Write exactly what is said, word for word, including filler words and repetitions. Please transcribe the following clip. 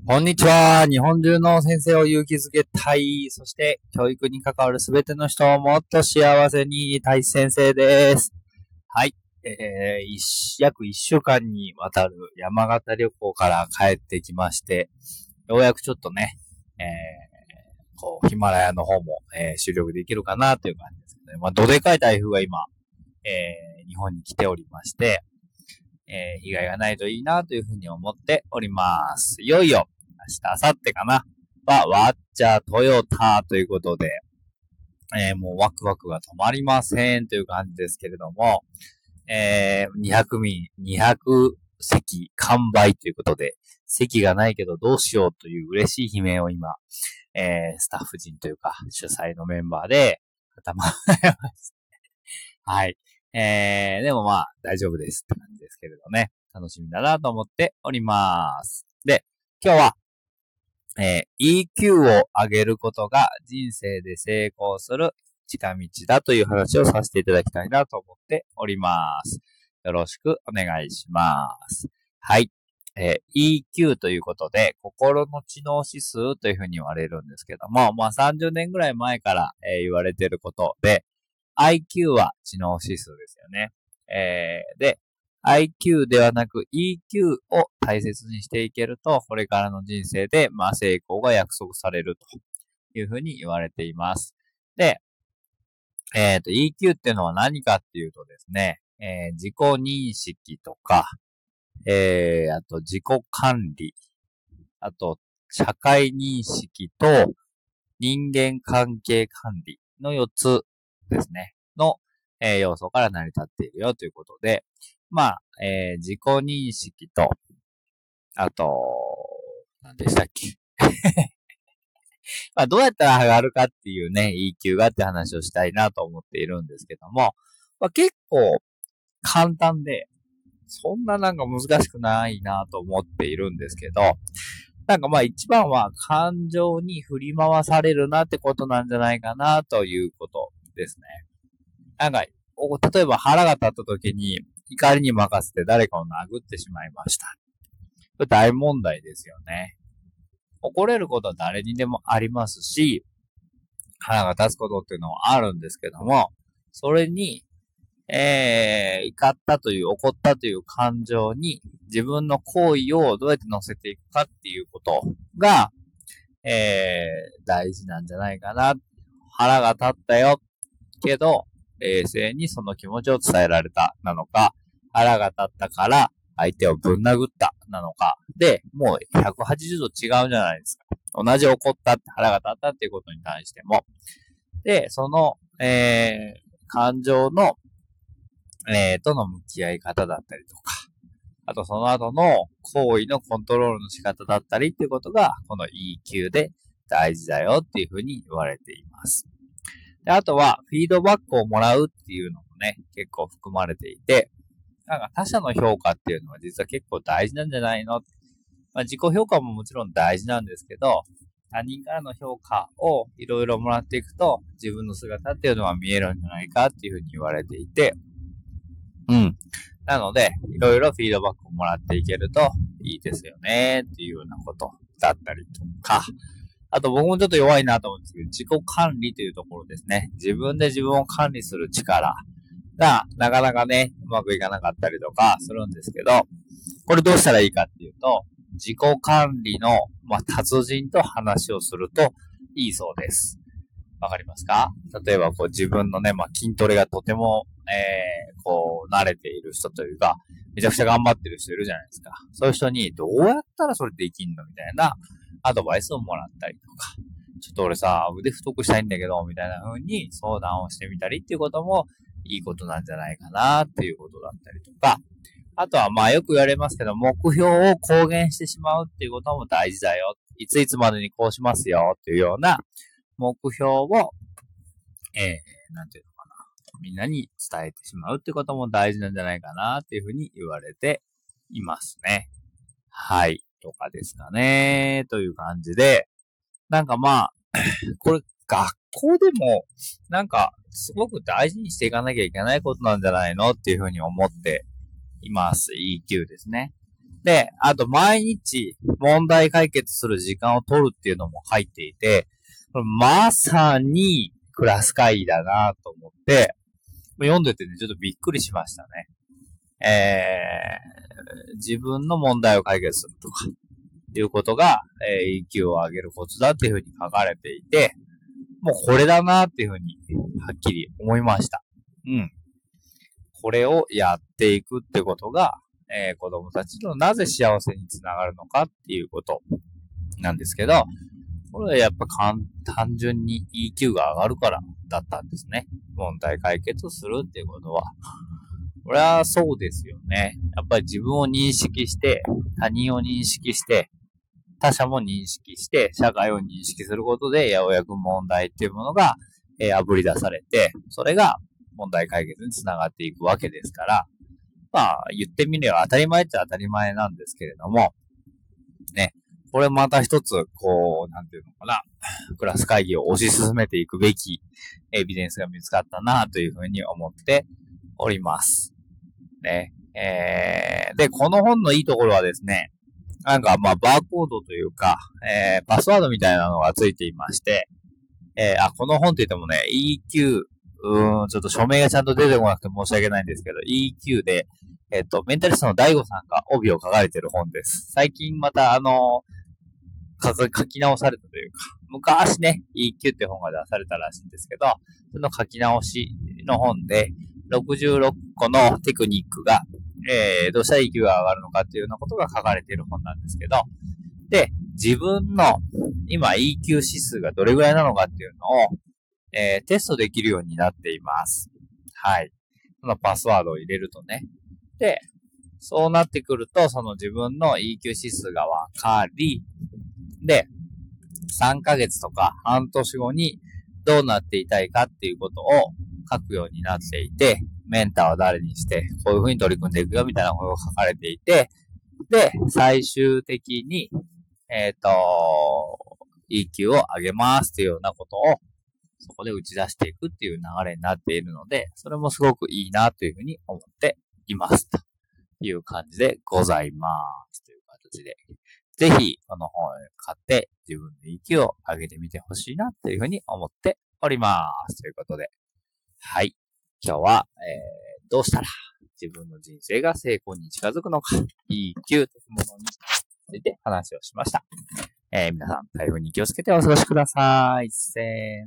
こんにちは。日本中の先生を勇気づけたい。そして教育に関わるすべての人をもっと幸せにたい先生です。はい。えー、一約一週間にわたる山形旅行から帰ってきまして、ようやくちょっとね、えー、こう、ヒマラヤの方も、えー、収録できるかなという感じですね。まあ、どでかい台風が今、えー、日本に来ておりまして、えー、被害がないといいなというふうに思っております。いよいよ、明日、明後日かなは、ワッチャートヨタということで、えー、もうワクワクが止まりませんという感じですけれども、えー、にひゃくみん、にひゃくせき完売ということで、席がないけどどうしようという嬉しい悲鳴を今、えー、スタッフ陣というか、主催のメンバーで、頭を洗います。はい。えー、でもまあ、大丈夫ですって感じですけれどね。楽しみだなと思っております。で、今日は、えー、イーキュー を上げることが人生で成功する近道だという話をさせていただきたいなと思っております。よろしくお願いします。はい。えー、イーキュー ということで、心の知能指数というふうに言われるんですけども、まあさんじゅうねんぐらい前から、えー、言われていることで、アイキュー は知能指数ですよね。えー、で、アイキュー ではなく イーキュー を大切にしていけると、これからの人生で、まあ、成功が約束されるというふうに言われています。で、えっと、イーキュー っていうのは何かっていうとですね、えー、自己認識とか、えー、あと自己管理、あと社会認識と人間関係管理のよっつですね、の、えー、要素から成り立っているよということで、まあ、えー、自己認識と、あと、何でしたっけまあ、どうやったら上がるかっていうね、イーキュー がって話をしたいなと思っているんですけども、まあ、結構簡単で、そんななんか難しくないなと思っているんですけど、なんかまあ一番は感情に振り回されるなってことなんじゃないかなということですね。なんか、例えば腹が立った時に怒りに任せて誰かを殴ってしまいました。これ大問題ですよね。怒れることは誰にでもありますし、腹が立つことっていうのはあるんですけども、それに、えー、怒ったという、怒ったという感情に自分の行為をどうやって乗せていくかっていうことが、えー、大事なんじゃないかな。腹が立ったよ。けど、冷静にその気持ちを伝えられたなのか、腹が立ったから相手をぶん殴ったなのか、で、もうひゃくはちじゅうど違うじゃないですか。同じ怒ったって腹が立ったっていうことに対しても。で、その、えー、感情の、えー、との向き合い方だったりとか、あとその後の行為のコントロールの仕方だったりっていうことが、この イーキュー で大事だよっていうふうに言われています。で、あとは、フィードバックをもらうっていうのもね、結構含まれていて、なんか他者の評価っていうのは実は結構大事なんじゃないの？まあ、自己評価ももちろん大事なんですけど、他人からの評価をいろいろもらっていくと、自分の姿っていうのは見えるんじゃないかっていうふうに言われていて、うん。なので、いろいろフィードバックをもらっていけるといいですよねっていうようなことだったりとか、あと僕もちょっと弱いなと思うんですけど、自己管理というところですね。自分で自分を管理する力がなかなかね、うまくいかなかったりとかするんですけど、これどうしたらいいかっていうと、自己管理の、まあ、達人と話をするといいそうです。わかりますか？例えばこう自分のね、まあ、筋トレがとても、えー、こう慣れている人というか、めちゃくちゃ頑張ってる人いるじゃないですか。そういう人にどうやったらそれできんのみたいなアドバイスをもらったりとか、ちょっと俺さ、腕太くしたいんだけど、みたいな風に相談をしてみたりっていうこともいいことなんじゃないかなっていうことだったりとか、あとはまあよく言われますけど、目標を公言してしまうっていうことも大事だよ。いついつまでにこうしますよっていうような目標を、えー、なんていうのかな。みんなに伝えてしまうってことも大事なんじゃないかなっていうふうに言われていますね。はい。とかですかね。という感じで、なんかまあ、これ学校でも、なんか、すごく大事にしていかなきゃいけないことなんじゃないのっていうふうに思っています。イーキュー ですね。 で、あと毎日問題解決する時間を取るっていうのも入っていて、まさにクラス会議だなと思って、読んでてね、ちょっとびっくりしましたね。えー、自分の問題を解決するとか、いうことが、えー、イーキュー を上げるコツだっていうふうに書かれていて、もうこれだなっていうふうに、はっきり思いました。うん。これをやっていくってことが、えー、子供たちのなぜ幸せにつながるのかっていうことなんですけど、これはやっぱ単純に イーキュー が上がるからだったんですね。問題解決するっていうことは。これはそうですよね。やっぱり自分を認識して、他人を認識して、他者も認識して、社会を認識することで、ようやく問題っていうものが、えー、あぶり出されて、それが問題解決につながっていくわけですから、まあ、言ってみれば当たり前っちゃ当たり前なんですけれども、ね、これまた一つ、こう、なんていうのかな、クラス会議を推し進めていくべきエビデンスが見つかったなというふうに思っております。ね、えー、で、この本のいいところはですね、なんか、まあ、バーコードというか、えー、パスワードみたいなのがついていまして、えー、あ、この本って言ってもね、イーキュー、うーん、ちょっと署名がちゃんと出てこなくて申し訳ないんですけど、イーキュー で、えっと、メンタリストの大悟さんが帯を書かれてる本です。最近また、あのー、書き直されたというか、昔ね、イーキュー って本が出されたらしいんですけど、その書き直しの本で、ろくじゅうろっこのテクニックが、えー、どうしたら イーキュー が上がるのかっていうようなことが書かれている本なんですけど、で、自分の今 イーキュー 指数がどれぐらいなのかっていうのを、えー、テストできるようになっています。はい。そのパスワードを入れるとね。で、そうなってくると、その自分の イーキュー 指数がわかり、で、さんかげつとか半年後にどうなっていたいかっていうことを書くようになっていて、メンターは誰にして、こういう風に取り組んでいくよみたいなことが書かれていて、で、最終的に、えっと、イーキュー を上げますっていうようなことを、そこで打ち出していくっていう流れになっているので、それもすごくいいなというふうに思っています。という感じでございます。という形で、ぜひこの本を買って自分の イーキュー を上げてみてほしいなというふうに思っております。ということで、はい。今日は、えー、どうしたら自分の人生が成功に近づくのか、イーキュー というものについて話をしました。えー、皆さん、台風に気をつけてお過ごしください。せーの。